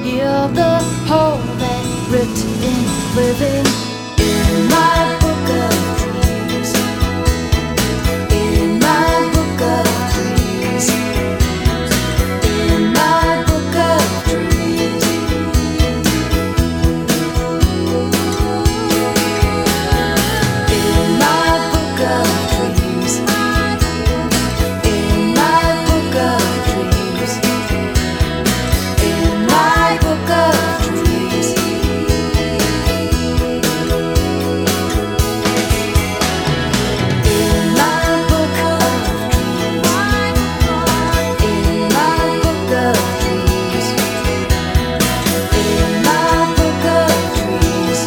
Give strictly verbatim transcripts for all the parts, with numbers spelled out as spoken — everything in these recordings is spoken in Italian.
Feel the hole that ripped in living in my book of dreams. In my book of dreams. In my book of dreams. In my book of dreams. In my book of dreams. In my book of dreams. In my book of dreams. In my book of dreams. In my book of dreams.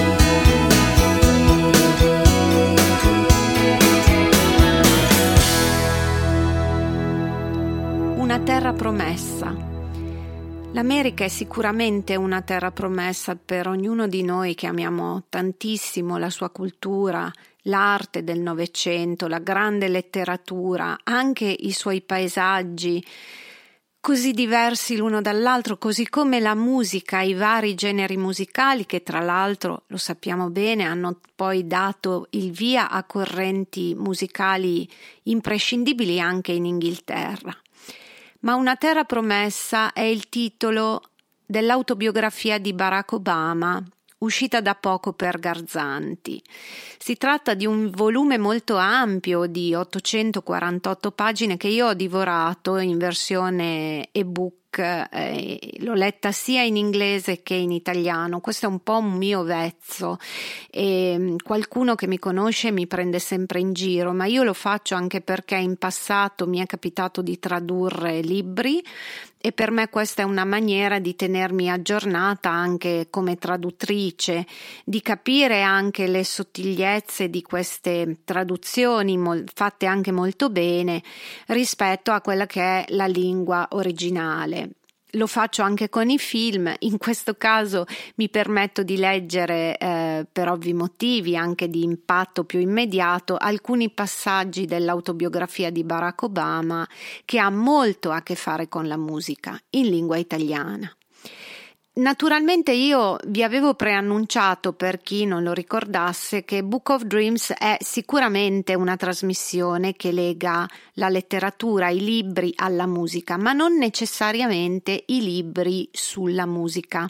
Una terra promessa. L'America è sicuramente una terra promessa per ognuno di noi che amiamo tantissimo la sua cultura, l'arte del Novecento, la grande letteratura, anche i suoi paesaggi, così diversi l'uno dall'altro, così come la musica, i vari generi musicali che tra l'altro, lo sappiamo bene, hanno poi dato il via a correnti musicali imprescindibili anche in Inghilterra. Ma Una terra promessa è il titolo dell'autobiografia di Barack Obama, uscita da poco per Garzanti. Si tratta di un volume molto ampio di ottocentoquarantotto pagine che io ho divorato in versione ebook. Eh, l'ho letta sia in inglese che in italiano. Questo è un po' un mio vezzo e qualcuno che mi conosce mi prende sempre in giro, ma io lo faccio anche perché in passato mi è capitato di tradurre libri e per me questa è una maniera di tenermi aggiornata anche come traduttrice, di capire anche le sottigliezze di queste traduzioni mol- fatte anche molto bene rispetto a quella che è la lingua originale. Lo faccio anche con i film, in questo caso mi permetto di leggere eh, per ovvi motivi, anche di impatto più immediato, alcuni passaggi dell'autobiografia di Barack Obama che ha molto a che fare con la musica in lingua italiana. Naturalmente io vi avevo preannunciato, per chi non lo ricordasse, che Book of Dreams è sicuramente una trasmissione che lega la letteratura, i libri alla musica, ma non necessariamente i libri sulla musica,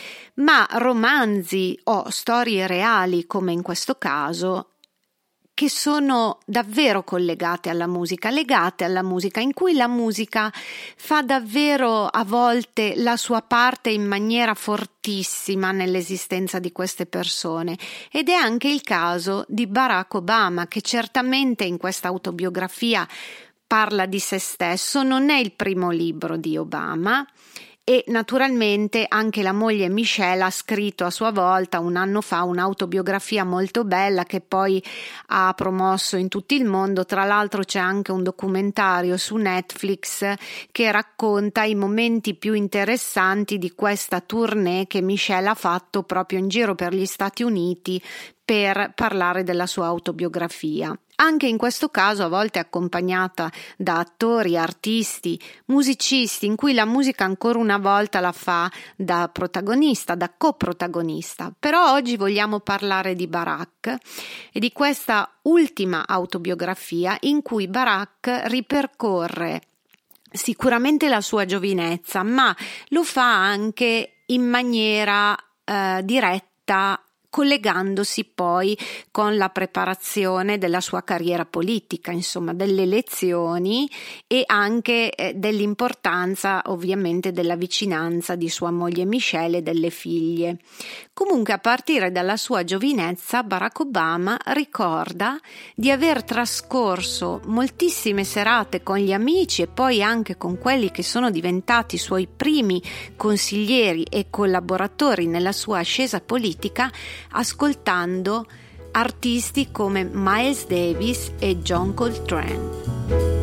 ma romanzi o storie reali, come in questo caso, che sono davvero collegate alla musica, legate alla musica, in cui la musica fa davvero a volte la sua parte in maniera fortissima nell'esistenza di queste persone. Ed è anche il caso di Barack Obama, che certamente in questa autobiografia parla di se stesso. Non è il primo libro di Obama. E naturalmente anche la moglie Michelle ha scritto a sua volta un anno fa un'autobiografia molto bella che poi ha promosso in tutto il mondo. Tra l'altro c'è anche un documentario su Netflix che racconta i momenti più interessanti di questa tournée che Michelle ha fatto proprio in giro per gli Stati Uniti per parlare della sua autobiografia. Anche in questo caso a volte accompagnata da attori, artisti, musicisti, in cui la musica ancora una volta la fa da protagonista, da coprotagonista. Però oggi vogliamo parlare di Barack e di questa ultima autobiografia in cui Barack ripercorre sicuramente la sua giovinezza, ma lo fa anche in maniera eh, diretta, collegandosi poi con la preparazione della sua carriera politica, insomma delle elezioni e anche eh, dell'importanza ovviamente della vicinanza di sua moglie Michelle e delle figlie. Comunque a partire dalla sua giovinezza Barack Obama ricorda di aver trascorso moltissime serate con gli amici e poi anche con quelli che sono diventati i suoi primi consiglieri e collaboratori nella sua ascesa politica, ascoltando artisti come Miles Davis e John Coltrane.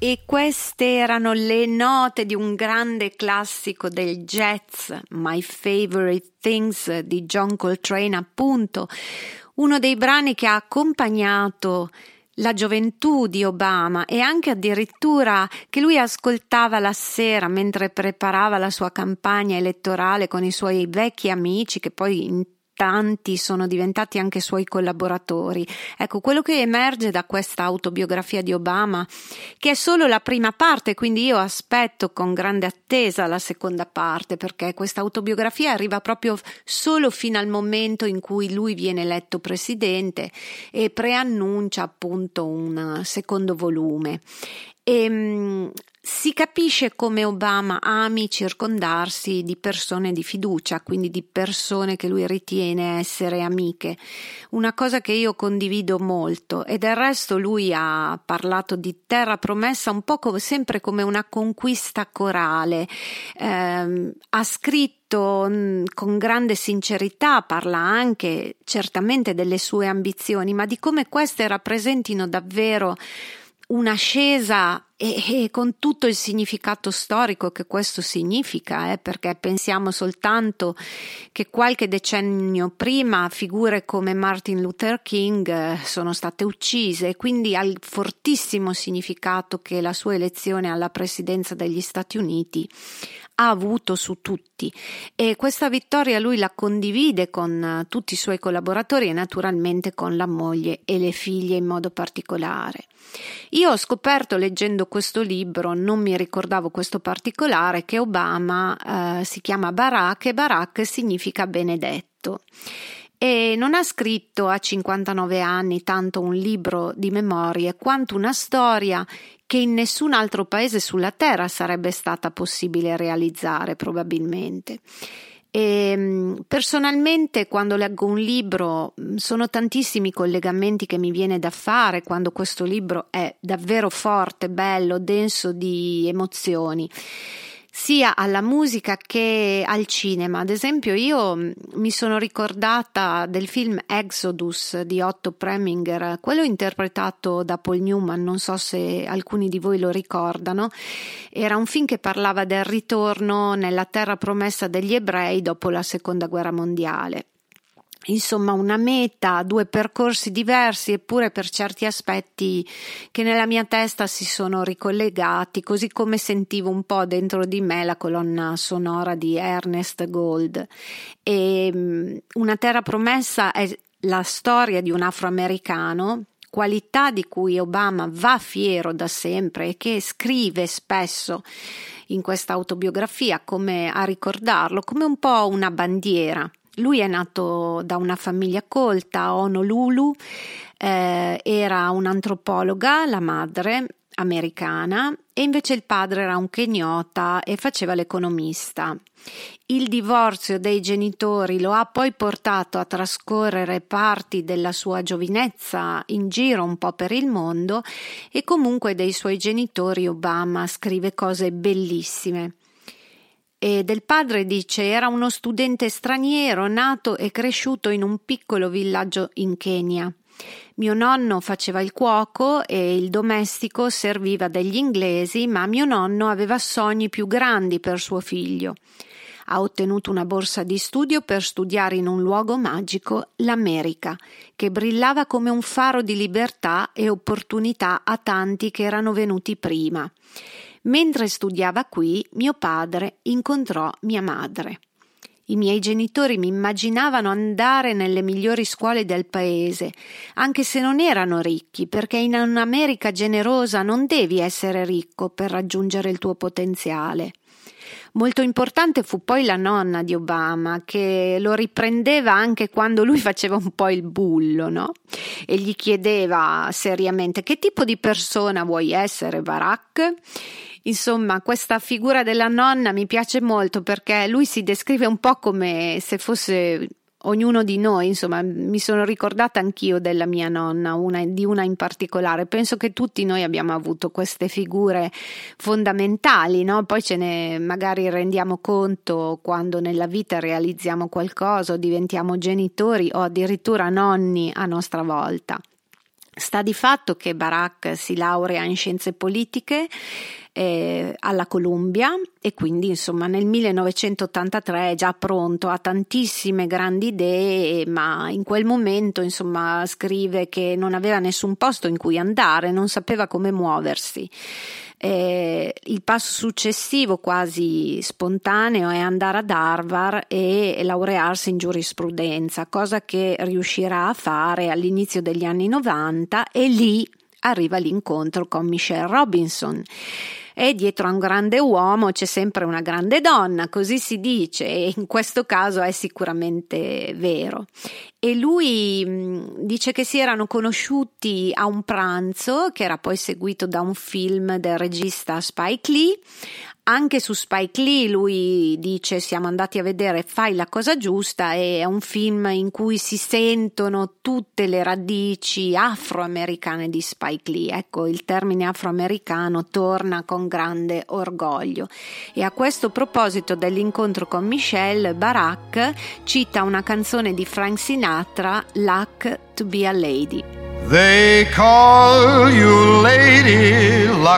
E queste erano le note di un grande classico del jazz, My Favorite Things di John Coltrane, appunto, uno dei brani che ha accompagnato la gioventù di Obama e anche addirittura che lui ascoltava la sera mentre preparava la sua campagna elettorale con i suoi vecchi amici che poi in tanti sono diventati anche suoi collaboratori. Ecco, quello che emerge da questa autobiografia di Obama, che è solo la prima parte, quindi io aspetto con grande attesa la seconda parte, perché questa autobiografia arriva proprio solo fino al momento in cui lui viene eletto presidente e preannuncia appunto un secondo volume. E mh, si capisce come Obama ami circondarsi di persone di fiducia, quindi di persone che lui ritiene essere amiche, una cosa che io condivido molto. E del resto lui ha parlato di Terra Promessa un po' come, sempre come una conquista corale, eh, ha scritto con grande sincerità, parla anche certamente delle sue ambizioni, ma di come queste rappresentino davvero un'ascesa e, e con tutto il significato storico che questo significa, eh, perché pensiamo soltanto che qualche decennio prima figure come Martin Luther King eh, sono state uccise, e quindi ha il fortissimo significato che la sua elezione alla presidenza degli Stati Uniti ha avuto su tutti, e questa vittoria lui la condivide con uh, tutti i suoi collaboratori e naturalmente con la moglie e le figlie in modo particolare. Io ho scoperto leggendo questo libro, non mi ricordavo questo particolare, che Obama uh, si chiama Barack e Barack significa benedetto. E non ha scritto a cinquantanove anni tanto un libro di memorie quanto una storia che in nessun altro paese sulla terra sarebbe stata possibile realizzare, probabilmente. E personalmente, quando leggo un libro, sono tantissimi collegamenti che mi viene da fare quando questo libro è davvero forte, bello, denso di emozioni, sia alla musica che al cinema. Ad esempio, io mi sono ricordata del film Exodus di Otto Preminger, quello interpretato da Paul Newman, non so se alcuni di voi lo ricordano. Era un film che parlava del ritorno nella terra promessa degli ebrei dopo la seconda guerra mondiale. Insomma, una meta, due percorsi diversi, eppure per certi aspetti che nella mia testa si sono ricollegati, così come sentivo un po' dentro di me la colonna sonora di Ernest Gold. E Una terra promessa è la storia di un afroamericano, qualità di cui Obama va fiero da sempre e che scrive spesso in questa autobiografia come a ricordarlo, come un po' una bandiera. Lui è nato da una famiglia colta a Honolulu, eh, era un'antropologa, la madre americana, e invece il padre era un kenyota e faceva l'economista. Il divorzio dei genitori lo ha poi portato a trascorrere parti della sua giovinezza in giro un po' per il mondo, e comunque dei suoi genitori Obama scrive cose bellissime. E del padre dice: era uno studente straniero nato e cresciuto in un piccolo villaggio in Kenya. Mio nonno faceva il cuoco e il domestico serviva degli inglesi, ma mio nonno aveva sogni più grandi per suo figlio. Ha ottenuto una borsa di studio per studiare in un luogo magico, l'America, che brillava come un faro di libertà e opportunità a tanti che erano venuti prima. Mentre studiava qui, mio padre incontrò mia madre. I miei genitori mi immaginavano andare nelle migliori scuole del paese, anche se non erano ricchi, perché in un'America generosa non devi essere ricco per raggiungere il tuo potenziale. Molto importante fu poi la nonna di Obama, che lo riprendeva anche quando lui faceva un po' il bullo, no? E gli chiedeva seriamente: che tipo di persona vuoi essere, Barack? Insomma, questa figura della nonna mi piace molto, perché lui si descrive un po' come se fosse ognuno di noi. Insomma, mi sono ricordata anch'io della mia nonna, una, di una in particolare. Penso che tutti noi abbiamo avuto queste figure fondamentali, no? Poi ce ne magari rendiamo conto quando nella vita realizziamo qualcosa o diventiamo genitori o addirittura nonni a nostra volta. Sta di fatto che Barak si laurea in scienze politiche eh, alla Columbia e quindi insomma nel millenovecentottantatré è già pronto, ha tantissime grandi idee, ma in quel momento insomma scrive che non aveva nessun posto in cui andare, non sapeva come muoversi. Eh, il passo successivo, quasi spontaneo, è andare ad Harvard e laurearsi in giurisprudenza, cosa che riuscirà a fare all'inizio degli anni novanta, e lì arriva l'incontro con Michelle Robinson. E dietro a un grande uomo c'è sempre una grande donna, così si dice, e in questo caso è sicuramente vero. E lui mh, dice che si erano conosciuti a un pranzo che era poi seguito da un film del regista Spike Lee. Anche su Spike Lee lui dice: siamo andati a vedere Fai la cosa giusta, e è un film in cui si sentono tutte le radici afroamericane di Spike Lee. Ecco, il termine afroamericano torna con grande orgoglio. E a questo proposito dell'incontro con Michelle, Barak cita una canzone di Frank Sinatra, Luck to be a Lady. They call you Lady Luck,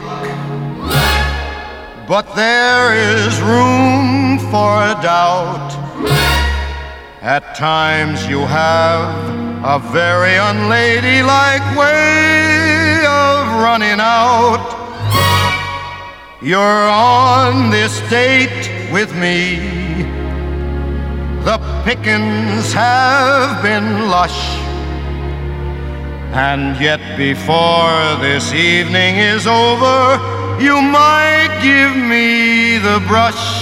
but there is room for doubt. At times you have a very unladylike way of running out. You're on this date with me. The pickings have been lush, and yet before this evening is over, you might give me the brush.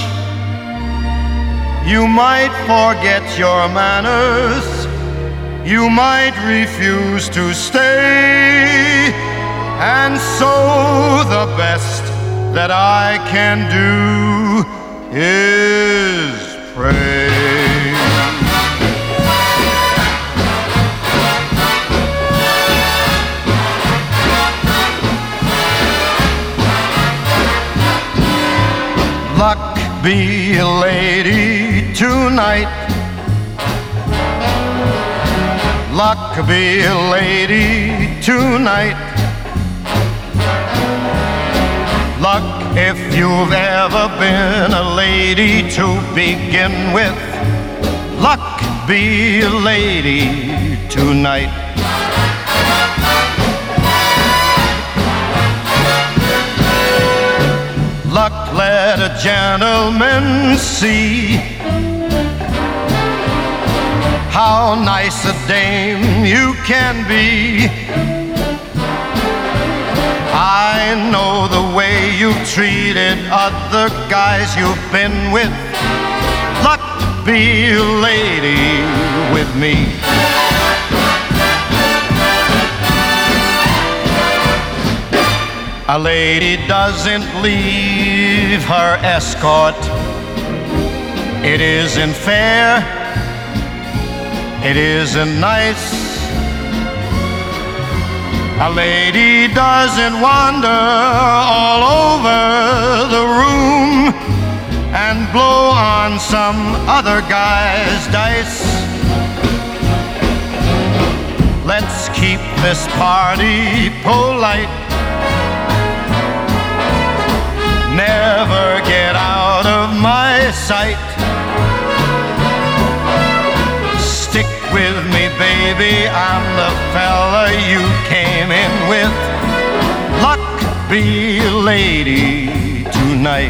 You might forget your manners. You might refuse to stay. And so the best that I can do is pray. Luck be a lady tonight. Luck be a lady tonight. Luck if you've ever been a lady to begin with. Luck be a lady tonight. Luck, let a gentleman see how nice a dame you can be. I know the way you've treated other guys you've been with. Luck, be a lady with me. A lady doesn't leave her escort. It isn't fair. It isn't nice. A lady doesn't wander all over the room and blow on some other guy's dice. Let's keep this party polite. Never get out of my sight. Stick with me, baby, I'm the fella you came in with. Luck be a lady tonight.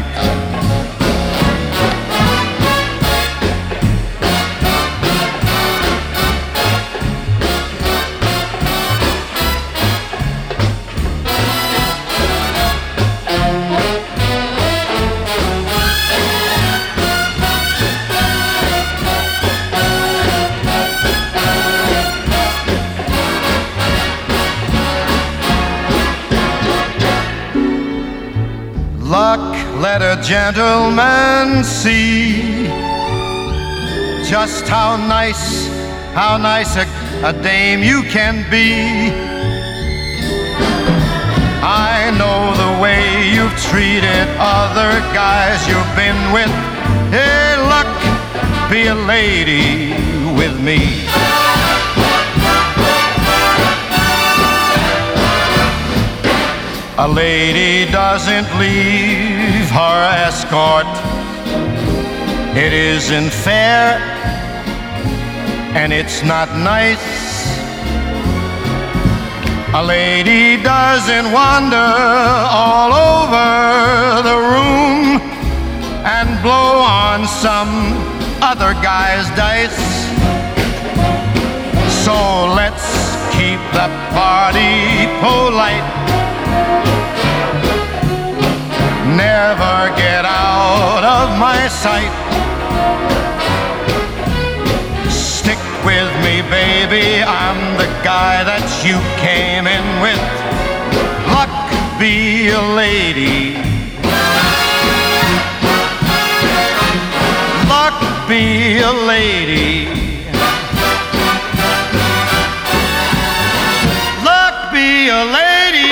Let a gentleman see just how nice, how nice a, a dame you can be. I know the way you've treated other guys you've been with. Hey, luck, be a lady with me. A lady doesn't leave her escort. It isn't fair, and it's not nice. A lady doesn't wander all over the room and blow on some other guy's dice. So let's keep the party polite. Never get out of my sight. Stick with me, baby, I'm the guy that you came in with. Luck be a lady. Luck be a lady. Luck be a lady.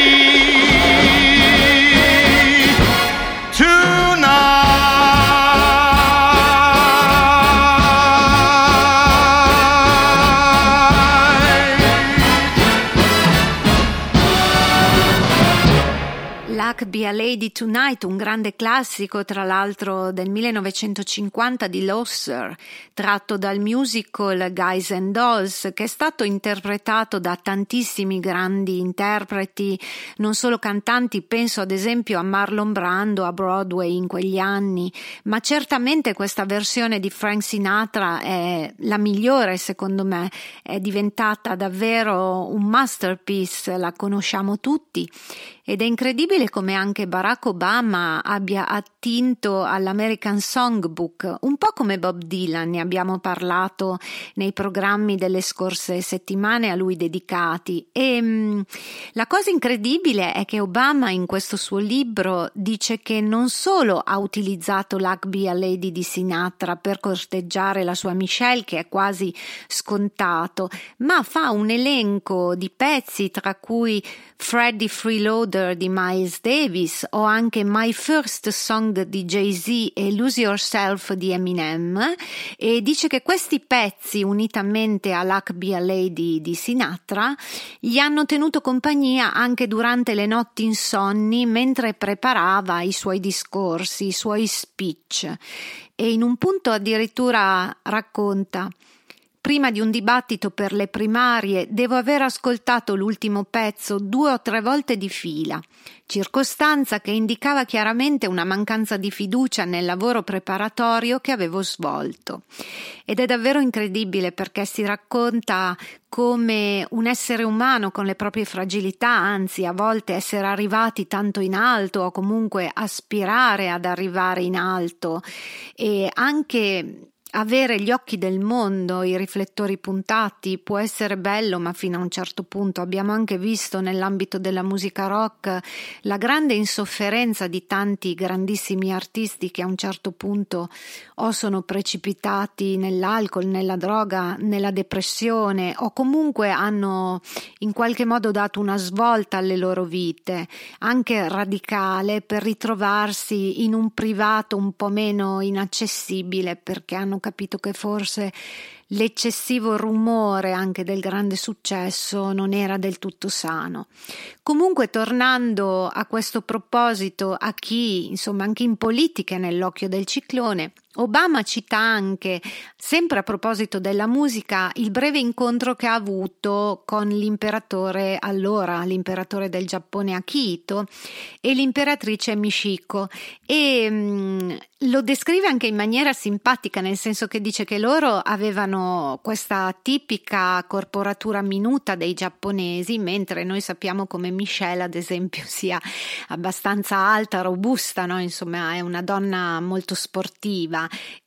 Luck Be a Lady Tonight, un grande classico tra l'altro del millenovecentocinquanta di Losser, tratto dal musical Guys and Dolls, che è stato interpretato da tantissimi grandi interpreti, non solo cantanti, penso ad esempio a Marlon Brando a Broadway in quegli anni, ma certamente questa versione di Frank Sinatra è la migliore secondo me, è diventata davvero un masterpiece, la conosciamo tutti. Ed è incredibile come anche Barack Obama abbia attinto all'American Songbook, un po' come Bob Dylan, ne abbiamo parlato nei programmi delle scorse settimane a lui dedicati. E mh, la cosa incredibile è che Obama in questo suo libro dice che non solo ha utilizzato Luck Be a Lady di Sinatra per corteggiare la sua Michelle, che è quasi scontato, ma fa un elenco di pezzi tra cui Freddie Freeloader di Miles Davis o anche My First Song di Jay-Z e Lose Yourself di Eminem, e dice che questi pezzi unitamente a Luck Be a Lady di Sinatra gli hanno tenuto compagnia anche durante le notti insonni mentre preparava i suoi discorsi, i suoi speech, e in un punto addirittura racconta: prima di un dibattito per le primarie devo aver ascoltato l'ultimo pezzo due o tre volte di fila, circostanza che indicava chiaramente una mancanza di fiducia nel lavoro preparatorio che avevo svolto. Ed è davvero incredibile perché si racconta come un essere umano con le proprie fragilità, anzi a volte essere arrivati tanto in alto o comunque aspirare ad arrivare in alto, e anche avere gli occhi del mondo, i riflettori puntati può essere bello, ma fino a un certo punto. Abbiamo anche visto nell'ambito della musica rock la grande insofferenza di tanti grandissimi artisti che a un certo punto o sono precipitati nell'alcol, nella droga, nella depressione, o comunque hanno in qualche modo dato una svolta alle loro vite, anche radicale, per ritrovarsi in un privato un po' meno inaccessibile, perché hanno capito che forse l'eccessivo rumore anche del grande successo non era del tutto sano. Comunque, tornando a questo proposito, a chi insomma anche in politica è nell'occhio del ciclone, Obama cita anche, sempre a proposito della musica, il breve incontro che ha avuto con l'imperatore, allora l'imperatore del Giappone Akihito, e l'imperatrice Michiko, e mh, lo descrive anche in maniera simpatica, nel senso che dice che loro avevano questa tipica corporatura minuta dei giapponesi, mentre noi sappiamo come Michelle ad esempio sia abbastanza alta, robusta, no? Insomma è una donna molto sportiva,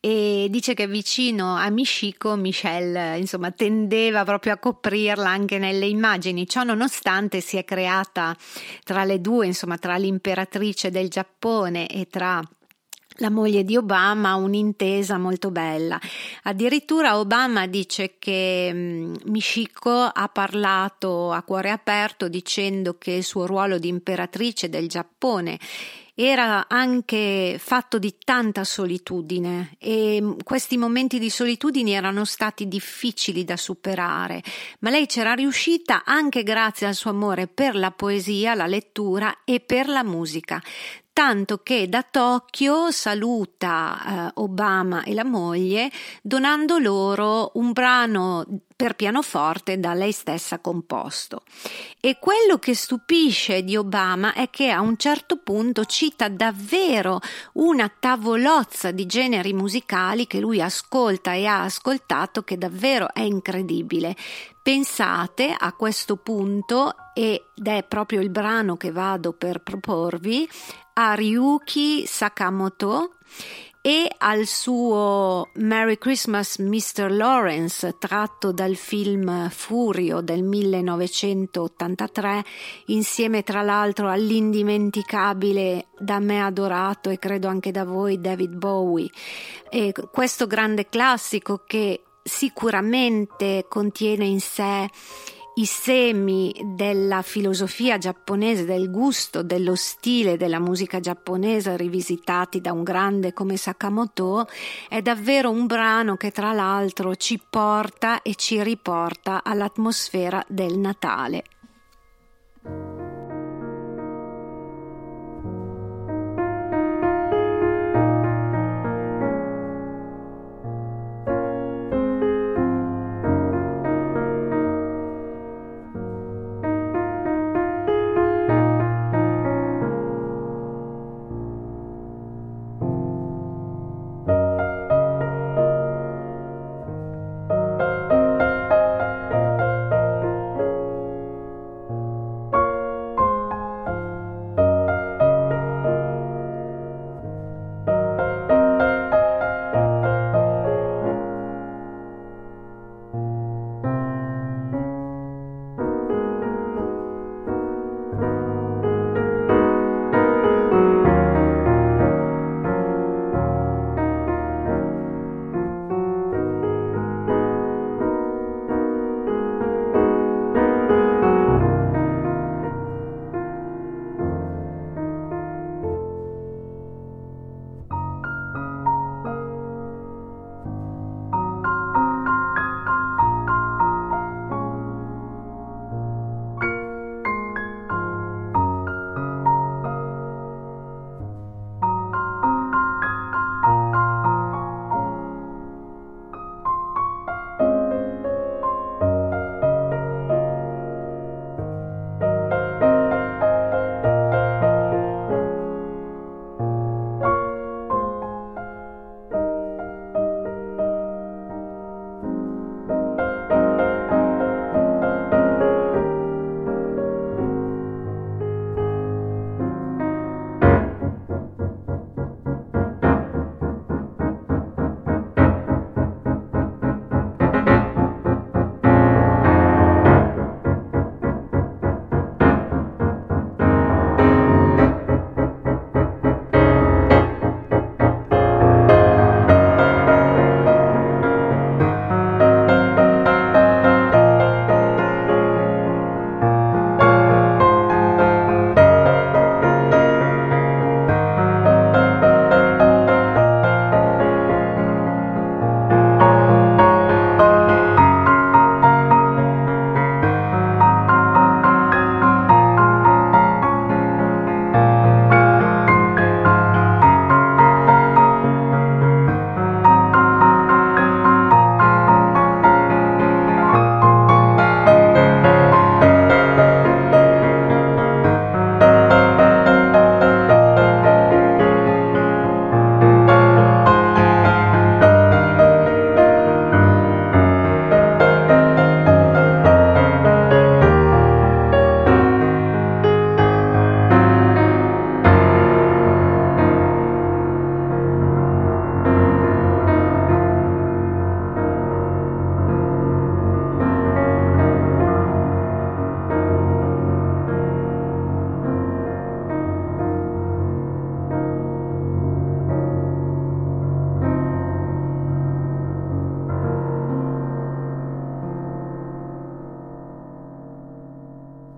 e dice che vicino a Michiko Michelle insomma tendeva proprio a coprirla anche nelle immagini. Ciò nonostante si è creata tra le due, insomma tra l'imperatrice del Giappone e tra la moglie di Obama, un'intesa molto bella. Addirittura Obama dice che mh, Michiko ha parlato a cuore aperto dicendo che il suo ruolo di imperatrice del Giappone era anche fatto di tanta solitudine e questi momenti di solitudine erano stati difficili da superare, ma lei c'era riuscita anche grazie al suo amore per la poesia, la lettura e per la musica. Tanto che da Tokyo saluta eh, Obama e la moglie donando loro un brano per pianoforte da lei stessa composto. E quello che stupisce di Obama è che a un certo punto cita davvero una tavolozza di generi musicali che lui ascolta e ha ascoltato, che davvero è incredibile. Pensate a questo punto, ed è proprio il brano che vado per proporvi, a Ryuki Sakamoto e al suo Merry Christmas mister Lawrence, tratto dal film Furio del millenovecentottantatré, insieme tra l'altro all'indimenticabile, da me adorato e credo anche da voi, David Bowie. E questo grande classico che sicuramente contiene in sé i semi della filosofia giapponese, del gusto, dello stile della musica giapponese rivisitati da un grande come Sakamoto, è davvero un brano che tra l'altro ci porta e ci riporta all'atmosfera del Natale.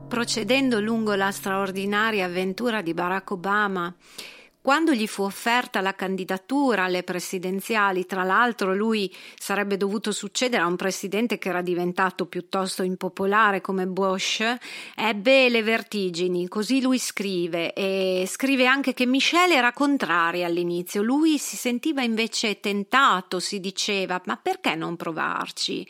Procedendo lungo la straordinaria avventura di Barack Obama, quando gli fu offerta la candidatura alle presidenziali, tra l'altro lui sarebbe dovuto succedere a un presidente che era diventato piuttosto impopolare come Bush, ebbe le vertigini, così lui scrive, e scrive anche che Michelle era contraria all'inizio, lui si sentiva invece tentato, si diceva ma perché non provarci?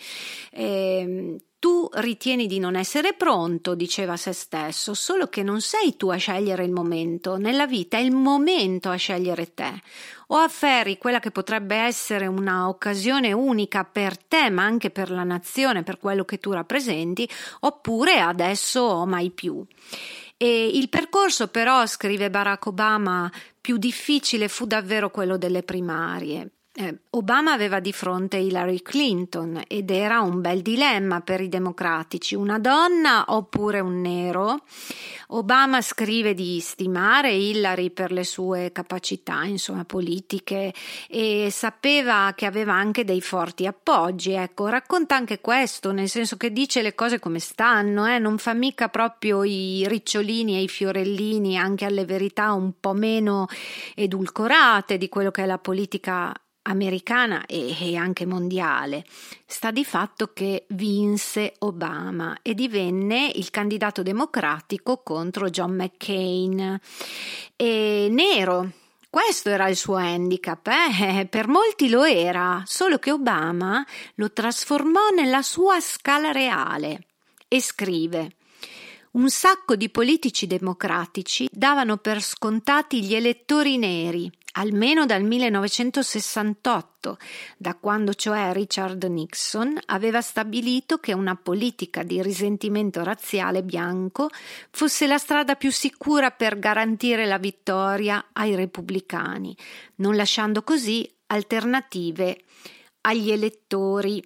E, tu ritieni di non essere pronto, diceva a se stesso, solo che non sei tu a scegliere il momento, nella vita è il momento a scegliere te. O afferri quella che potrebbe essere una occasione unica per te, ma anche per la nazione, per quello che tu rappresenti, oppure adesso o mai più. E il percorso però, scrive Barack Obama, più difficile fu davvero quello delle primarie. Eh, Obama aveva di fronte Hillary Clinton ed era un bel dilemma per i democratici, una donna oppure un nero. Obama scrive di stimare Hillary per le sue capacità, insomma, politiche, e sapeva che aveva anche dei forti appoggi. Ecco, racconta anche questo, nel senso che dice le cose come stanno, eh? Non fa mica proprio i ricciolini e i fiorellini anche alle verità un po' meno edulcorate di quello che è la politica americana e, e anche mondiale. Sta di fatto che vinse Obama e divenne il candidato democratico contro John McCain, e nero. Questo era il suo handicap, eh? Per molti lo era, solo che Obama lo trasformò nella sua scala reale e scrive: un sacco di politici democratici davano per scontati gli elettori neri, almeno dal millenovecentosessantotto, da quando cioè Richard Nixon aveva stabilito che una politica di risentimento razziale bianco fosse la strada più sicura per garantire la vittoria ai repubblicani, non lasciando così alternative agli elettori.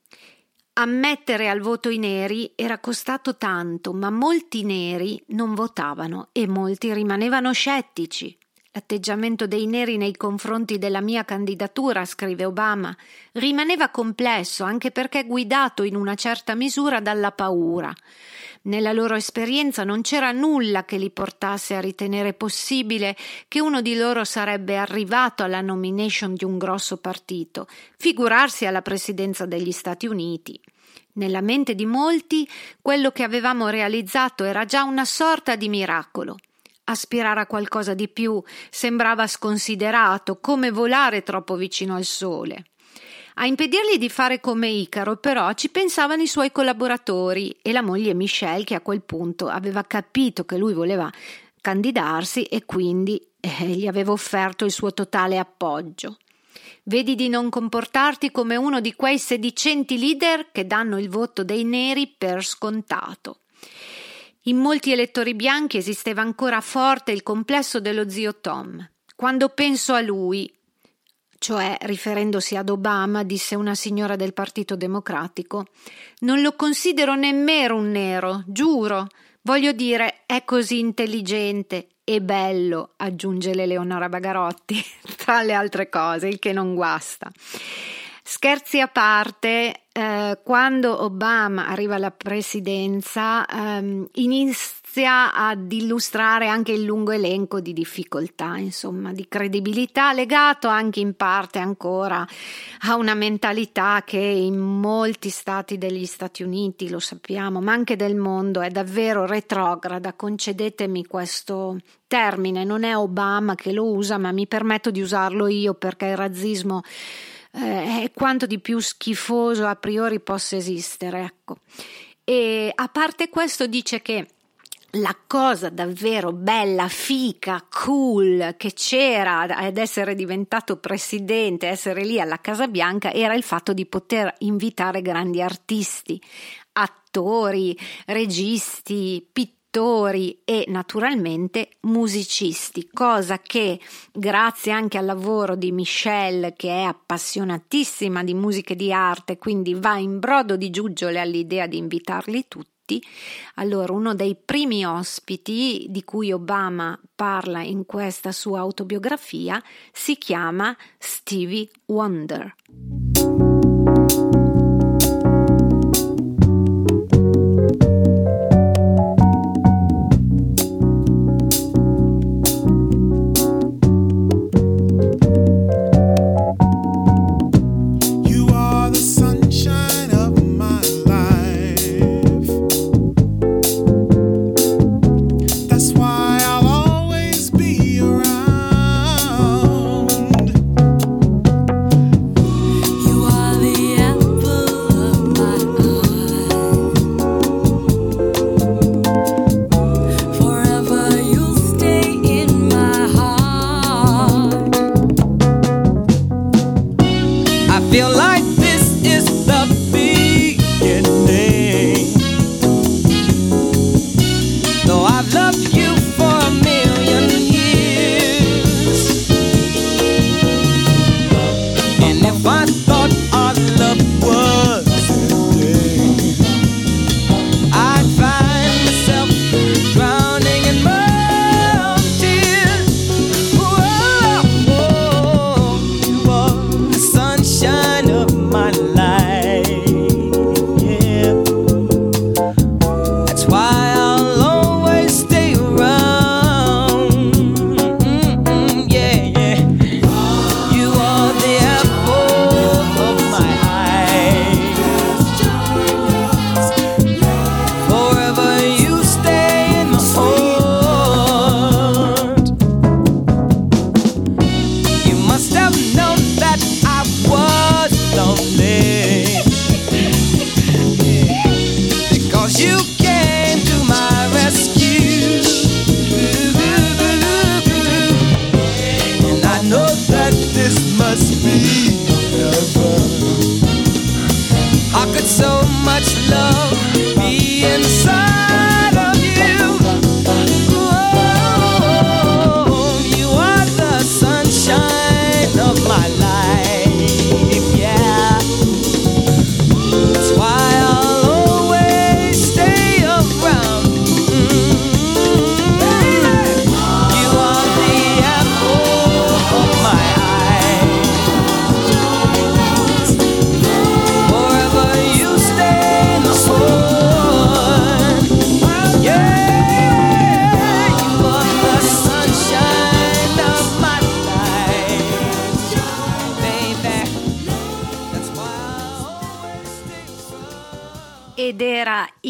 Ammettere al voto i neri era costato tanto, ma molti neri non votavano e molti rimanevano scettici. L'atteggiamento dei neri nei confronti della mia candidatura, scrive Obama, rimaneva complesso anche perché guidato in una certa misura dalla paura. Nella loro esperienza non c'era nulla che li portasse a ritenere possibile che uno di loro sarebbe arrivato alla nomination di un grosso partito, figurarsi alla presidenza degli Stati Uniti. Nella mente di molti, quello che avevamo realizzato era già una sorta di miracolo. Aspirare a qualcosa di più sembrava sconsiderato, come volare troppo vicino al sole. A impedirgli di fare come Icaro, però, ci pensavano i suoi collaboratori e la moglie Michelle, che a quel punto aveva capito che lui voleva candidarsi e quindi eh, gli aveva offerto il suo totale appoggio. Vedi di non comportarti come uno di quei sedicenti leader che danno il voto dei neri per scontato. In molti elettori bianchi esisteva ancora forte il complesso dello zio Tom. Quando penso a lui, cioè riferendosi ad Obama, disse una signora del Partito Democratico, non lo considero nemmeno un nero, giuro. Voglio dire, è così intelligente e bello, aggiunge Eleonora Bagarotti, tra le altre cose, il che non guasta. Scherzi a parte, eh, quando Obama arriva alla presidenza ehm, inizia ad illustrare anche il lungo elenco di difficoltà, insomma, di credibilità, legato anche in parte ancora a una mentalità che in molti stati degli Stati Uniti, lo sappiamo, ma anche del mondo, è davvero retrograda. Concedetemi questo termine, non è Obama che lo usa, ma mi permetto di usarlo io perché il razzismo è quanto di più schifoso a priori possa esistere, ecco. E a parte questo dice che la cosa davvero bella, fica, cool che c'era ad essere diventato presidente, essere lì alla Casa Bianca, era il fatto di poter invitare grandi artisti, attori, registi, pittori e naturalmente musicisti, cosa che grazie anche al lavoro di Michelle, che è appassionatissima di musica e di arte, quindi va in brodo di giuggiole all'idea di invitarli tutti. Allora, uno dei primi ospiti di cui Obama parla in questa sua autobiografia si chiama Stevie Wonder.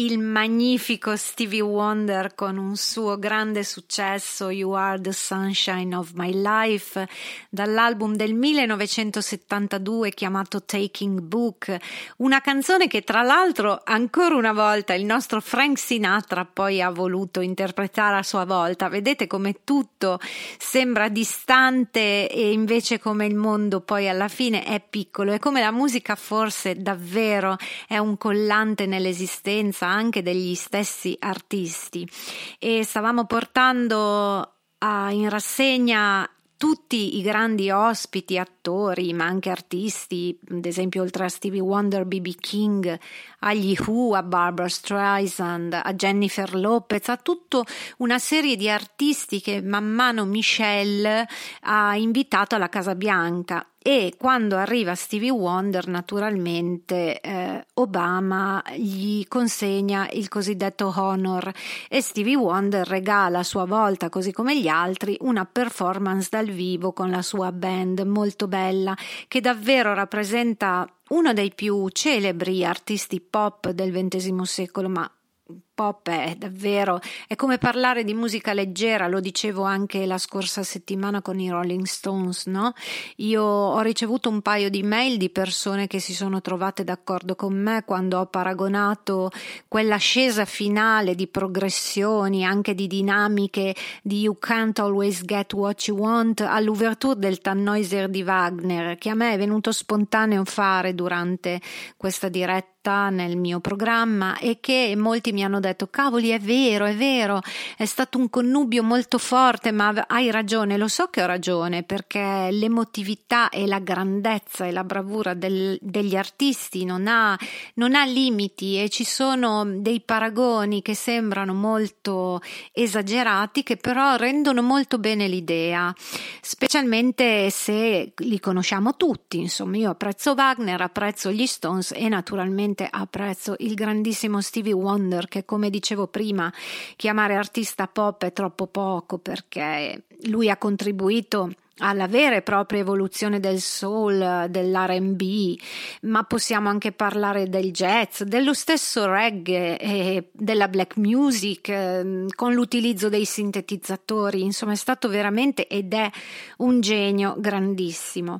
il magnifico Stevie Wonder con un suo grande successo You Are the Sunshine of My Life, dall'album del millenovecentosettantadue chiamato Taking Book, una canzone che tra l'altro ancora una volta il nostro Frank Sinatra poi ha voluto interpretare a sua volta. Vedete come tutto sembra distante e invece come il mondo poi alla fine è piccolo, e come la musica forse davvero è un collante nell'esistenza anche degli stessi artisti. E stavamo portando a, in rassegna tutti i grandi ospiti, attori, ma anche artisti, ad esempio oltre a Stevie Wonder, B B King, agli Who, a Barbra Streisand, a Jennifer Lopez, a tutta una serie di artisti che man mano Michelle ha invitato alla Casa Bianca. E quando arriva Stevie Wonder, naturalmente eh, Obama gli consegna il cosiddetto honor e Stevie Wonder regala a sua volta, così come gli altri, una performance dal vivo con la sua band molto bella, che davvero rappresenta uno dei più celebri artisti pop del ventesimo secolo, ma pop è davvero, è come parlare di musica leggera, lo dicevo anche la scorsa settimana con i Rolling Stones, no? Io ho ricevuto un paio di mail di persone che si sono trovate d'accordo con me quando ho paragonato quell'ascesa finale di progressioni, anche di dinamiche di You Can't Always Get What You Want all'ouverture del Tannhäuser di Wagner, che a me è venuto spontaneo fare durante questa diretta nel mio programma, e che molti mi hanno detto: cavoli, è vero, è vero, è stato un connubio molto forte, ma hai ragione. Lo so che ho ragione, perché l'emotività e la grandezza e la bravura del, degli artisti non ha, non ha limiti, e ci sono dei paragoni che sembrano molto esagerati, che però rendono molto bene l'idea, specialmente se li conosciamo tutti. Insomma, io apprezzo Wagner, apprezzo gli Stones e naturalmente apprezzo il grandissimo Stevie Wonder, che, come dicevo prima, chiamare artista pop è troppo poco, perché lui ha contribuito alla vera e propria evoluzione del soul, dell'R and B, ma possiamo anche parlare del jazz, dello stesso reggae e della black music, eh, con l'utilizzo dei sintetizzatori. Insomma, è stato veramente ed è un genio grandissimo.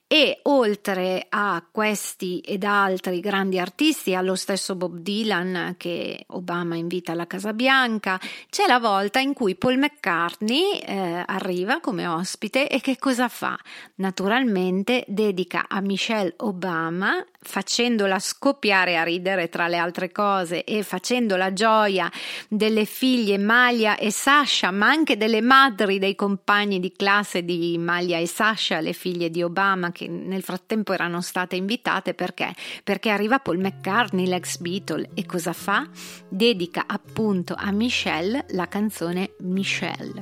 E oltre a questi ed altri grandi artisti, allo stesso Bob Dylan che Obama invita alla Casa Bianca, c'è la volta in cui Paul McCartney eh, arriva come ospite, e che cosa fa? Naturalmente dedica a Michelle Obama, facendola scoppiare a ridere tra le altre cose e facendo la gioia delle figlie Malia e Sasha, ma anche delle madri dei compagni di classe di Malia e Sasha, le figlie di Obama, che nel frattempo erano state invitate. Perché? Perché arriva Paul McCartney, l'ex Beatle, e cosa fa? Dedica appunto a Michelle la canzone Michelle.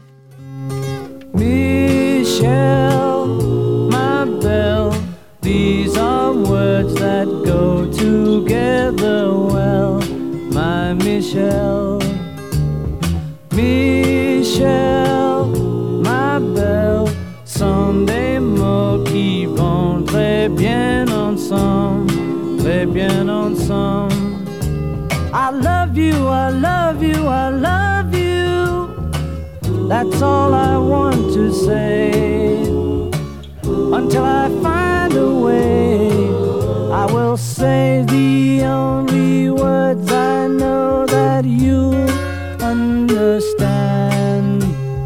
Michelle, my belle, these are words that go together well, my Michelle. Michelle, my belle, someday mots qui vont très bien ensemble, très bien ensemble. I love you, I love you, I love you. That's all I want to say. Until I find a way, I will say the only words I know that you understand.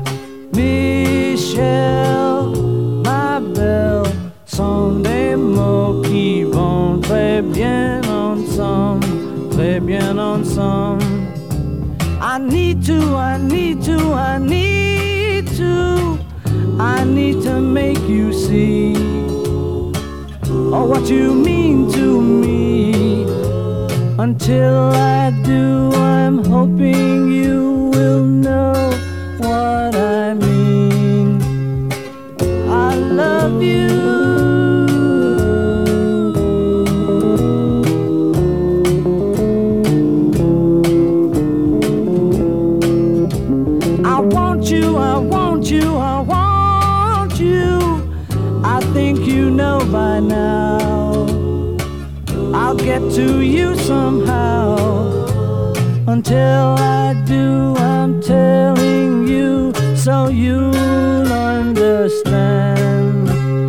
Michelle, my belle, sont des mots qui vont très bien ensemble, très bien ensemble. I need to, I need to, I need to, I need to make you see oh, what you mean to me. Until I do, I'm hoping you will know what I mean. I love you. I want you, I want you, I want you. I think you know by now. I'll get to you somehow. until I do, I'm telling you so you'll understand.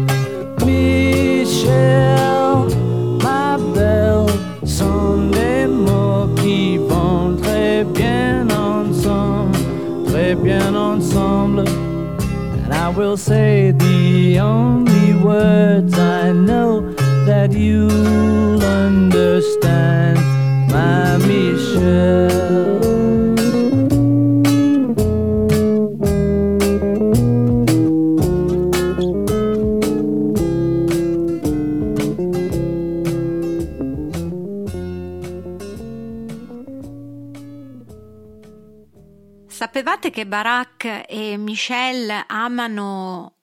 Michel, ma belle, sont des mots qui vont très bien ensemble, très bien ensemble. And I will say the only words I know that you'll understand, my Michel. Sapevate che Barack e Michelle amano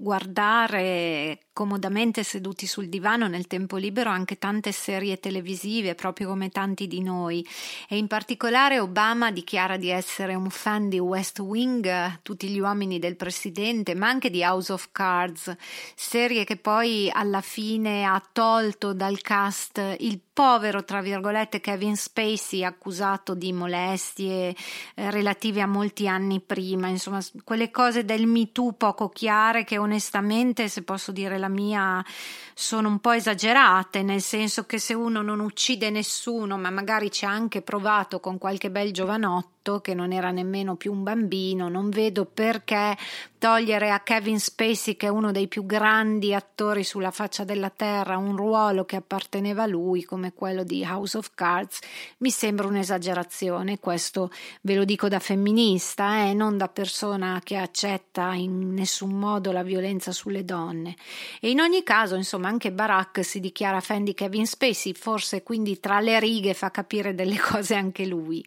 guardare comodamente seduti sul divano nel tempo libero anche tante serie televisive, proprio come tanti di noi, e in particolare Obama dichiara di essere un fan di West Wing, Tutti gli uomini del presidente, ma anche di House of Cards, serie che poi alla fine ha tolto dal cast il povero, tra virgolette, Kevin Spacey, accusato di molestie eh, relative a molti anni prima, insomma quelle cose del Me Too poco chiare che onestamente, se posso dire la mia, sono un po' esagerate, nel senso che se uno non uccide nessuno ma magari ci ha anche provato con qualche bel giovanotto che non era nemmeno più un bambino, non vedo perché togliere a Kevin Spacey, che è uno dei più grandi attori sulla faccia della terra, un ruolo che apparteneva a lui come quello di House of Cards. Mi sembra un'esagerazione, questo ve lo dico da femminista, eh, non da persona che accetta in nessun modo la violenza sulle donne. E in ogni caso, insomma, anche Barack si dichiara fan di Kevin Spacey, forse quindi tra le righe fa capire delle cose anche lui.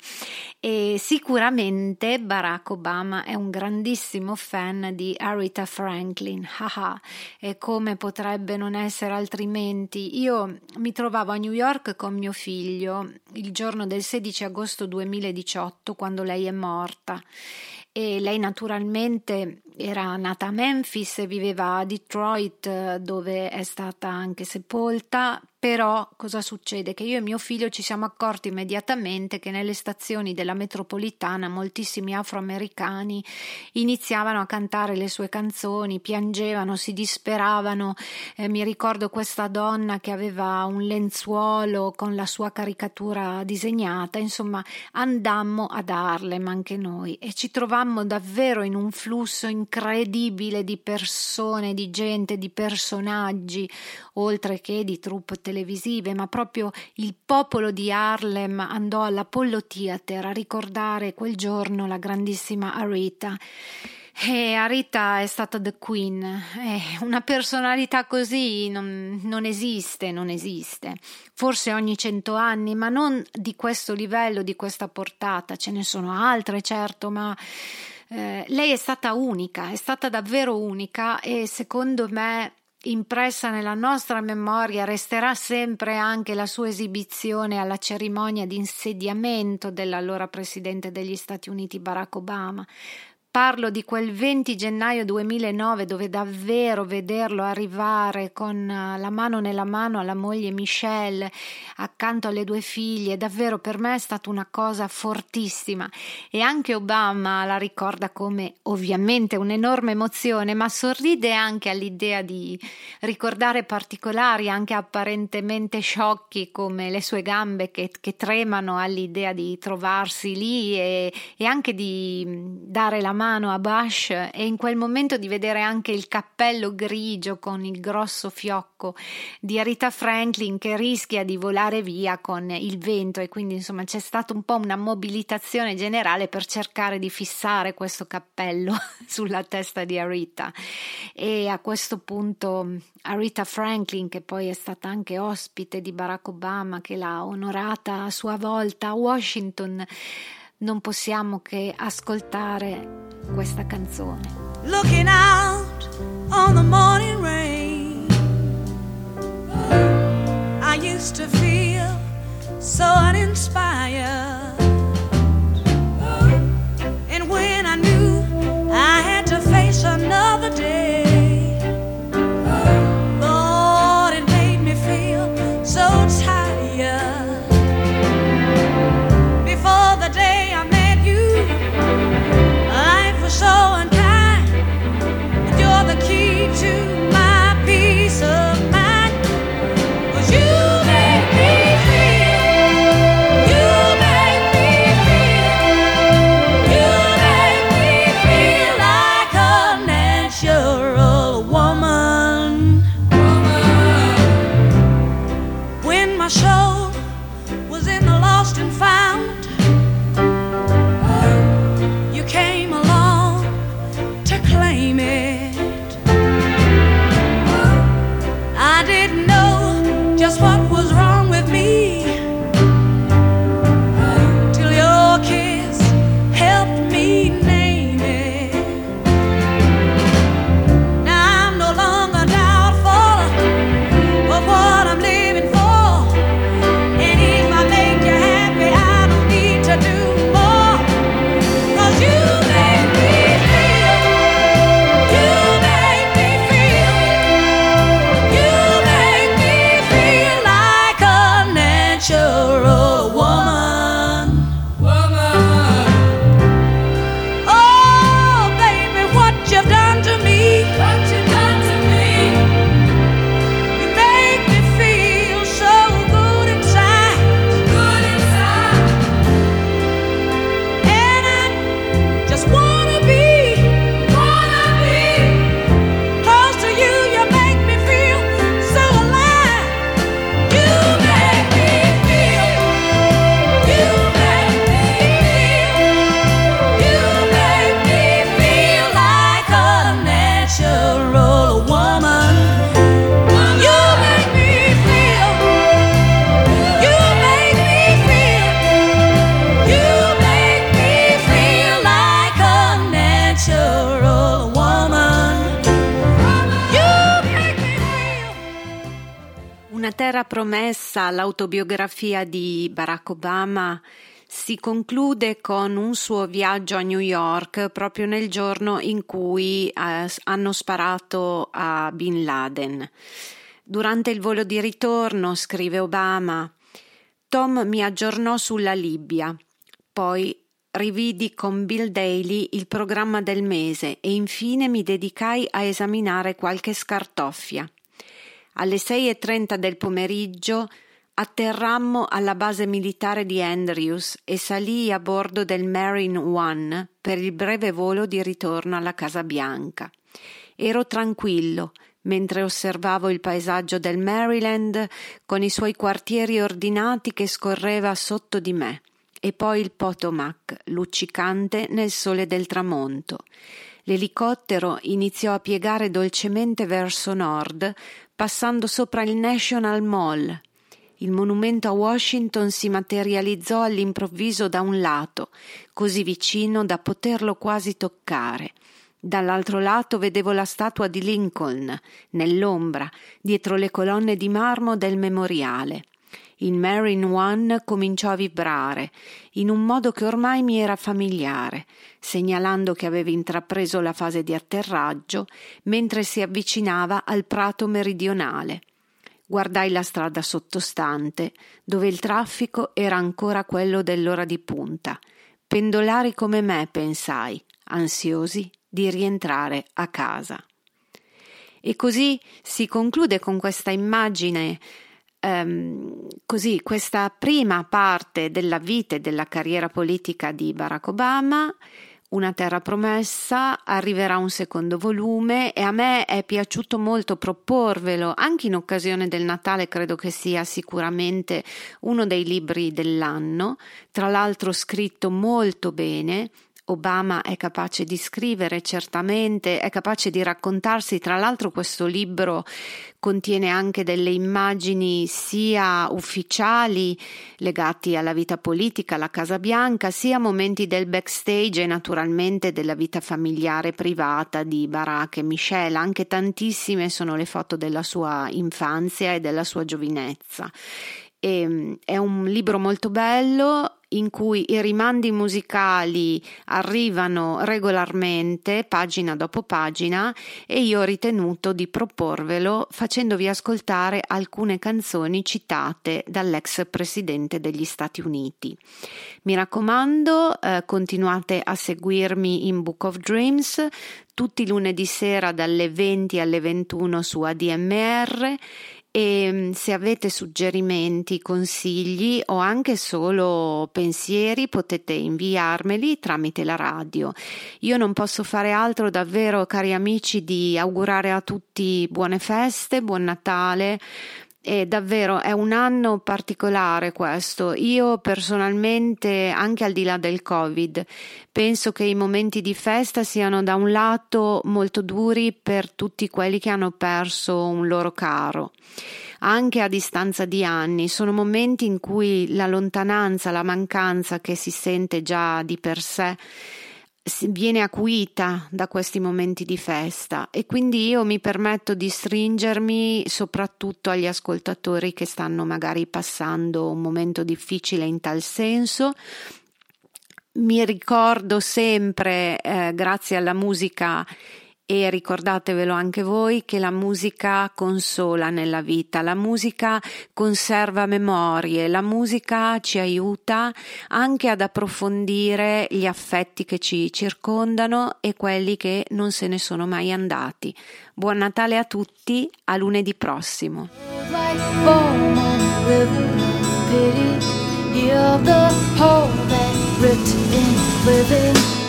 E sicuramente Barack Obama è un grandissimo fan di Aretha Franklin, haha, e come potrebbe non essere altrimenti. Io mi trovavo a New York con mio figlio il giorno del sedici agosto duemiladiciotto, quando lei è morta, e lei naturalmente era nata a Memphis e viveva a Detroit, dove è stata anche sepolta. Però cosa succede? Che io e mio figlio ci siamo accorti immediatamente che nelle stazioni della metropolitana moltissimi afroamericani iniziavano a cantare le sue canzoni, piangevano, si disperavano. Eh, mi ricordo questa donna che aveva un lenzuolo con la sua caricatura disegnata. Insomma, andammo ad Harlem anche noi e ci trovammo davvero in un flusso incredibile di persone, di gente, di personaggi, oltre che di troupe televisive, ma proprio il popolo di Harlem andò all'Apollo Theater a ricordare quel giorno la grandissima Aretha. E Aretha è stata the queen, eh, una personalità così non, non esiste, non esiste, forse ogni cento anni, ma non di questo livello, di questa portata. Ce ne sono altre, certo, ma eh, lei è stata unica, è stata davvero unica, e secondo me impressa nella nostra memoria resterà sempre anche la sua esibizione alla cerimonia di insediamento dell'allora presidente degli Stati Uniti Barack Obama. Parlo di quel venti gennaio duemilanove, dove davvero vederlo arrivare con la mano nella mano alla moglie Michelle accanto alle due figlie, davvero per me è stata una cosa fortissima. E anche Obama la ricorda come ovviamente un'enorme emozione, ma sorride anche all'idea di ricordare particolari, anche apparentemente sciocchi, come le sue gambe che, che tremano all'idea di trovarsi lì e, e anche di dare la mano mano a Bush, e in quel momento di vedere anche il cappello grigio con il grosso fiocco di Aretha Franklin che rischia di volare via con il vento, e quindi insomma c'è stata un po' una mobilitazione generale per cercare di fissare questo cappello sulla testa di Aretha. E a questo punto Aretha Franklin, che poi è stata anche ospite di Barack Obama, che l'ha onorata a sua volta a Washington, non possiamo che ascoltare questa canzone. Looking out on the morning rain, I used to feel so uninspired, and when I knew I had to face another day, Lord, it made me feel so tired. Before the day I terra promessa, l'autobiografia di Barack Obama, si conclude con un suo viaggio a New York proprio nel giorno in cui eh, hanno sparato a Bin Laden. Durante il volo di ritorno, scrive Obama, Tom mi aggiornò sulla Libia, poi rividi con Bill Daly il programma del mese e infine mi dedicai a esaminare qualche scartoffia. Alle sei e trenta del pomeriggio atterrammo alla base militare di Andrews e salii a bordo del Marine One per il breve volo di ritorno alla Casa Bianca. Ero tranquillo mentre osservavo il paesaggio del Maryland con i suoi quartieri ordinati che scorreva sotto di me e poi il Potomac luccicante nel sole del tramonto. L'elicottero iniziò a piegare dolcemente verso nord, passando sopra il National Mall. Il monumento a Washington si materializzò all'improvviso da un lato, così vicino da poterlo quasi toccare. Dall'altro lato vedevo la statua di Lincoln, nell'ombra, dietro le colonne di marmo del memoriale. Il Marine One cominciò a vibrare, in un modo che ormai mi era familiare, segnalando che aveva intrapreso la fase di atterraggio mentre si avvicinava al prato meridionale. Guardai la strada sottostante, dove il traffico era ancora quello dell'ora di punta. Pendolari come me, pensai, ansiosi di rientrare a casa. E così si conclude con questa immagine, ehm, così questa prima parte della vita e della carriera politica di Barack Obama. Una terra promessa, arriverà un secondo volume e a me è piaciuto molto proporvelo, anche in occasione del Natale. Credo che sia sicuramente uno dei libri dell'anno, tra l'altro scritto molto bene. Obama è capace di scrivere, certamente, è capace di raccontarsi. Tra l'altro questo libro contiene anche delle immagini sia ufficiali legati alla vita politica, alla Casa Bianca, sia momenti del backstage e naturalmente della vita familiare privata di Barack e Michelle. Anche tantissime sono le foto della sua infanzia e della sua giovinezza. E, è un libro molto bello in cui i rimandi musicali arrivano regolarmente, pagina dopo pagina, e io ho ritenuto di proporvelo facendovi ascoltare alcune canzoni citate dall'ex presidente degli Stati Uniti. Mi raccomando, eh, continuate a seguirmi in Book of Dreams tutti i lunedì sera dalle venti alle ventuno su A D M R. E se avete suggerimenti, consigli o anche solo pensieri potete inviarmeli tramite la radio. Io non posso fare altro davvero, cari amici, di augurare a tutti buone feste, buon Natale. E davvero è un anno particolare questo. Io personalmente, anche al di là del Covid, penso che i momenti di festa siano da un lato molto duri per tutti quelli che hanno perso un loro caro, anche a distanza di anni. Sono momenti in cui la lontananza, la mancanza che si sente già di per sé viene acuita da questi momenti di festa, e quindi io mi permetto di stringermi soprattutto agli ascoltatori che stanno magari passando un momento difficile in tal senso. Mi ricordo sempre, eh, grazie alla musica, e ricordatevelo anche voi, che la musica consola nella vita, la musica conserva memorie, la musica ci aiuta anche ad approfondire gli affetti che ci circondano e quelli che non se ne sono mai andati. Buon Natale a tutti, a lunedì prossimo. You're the whole that ripped in living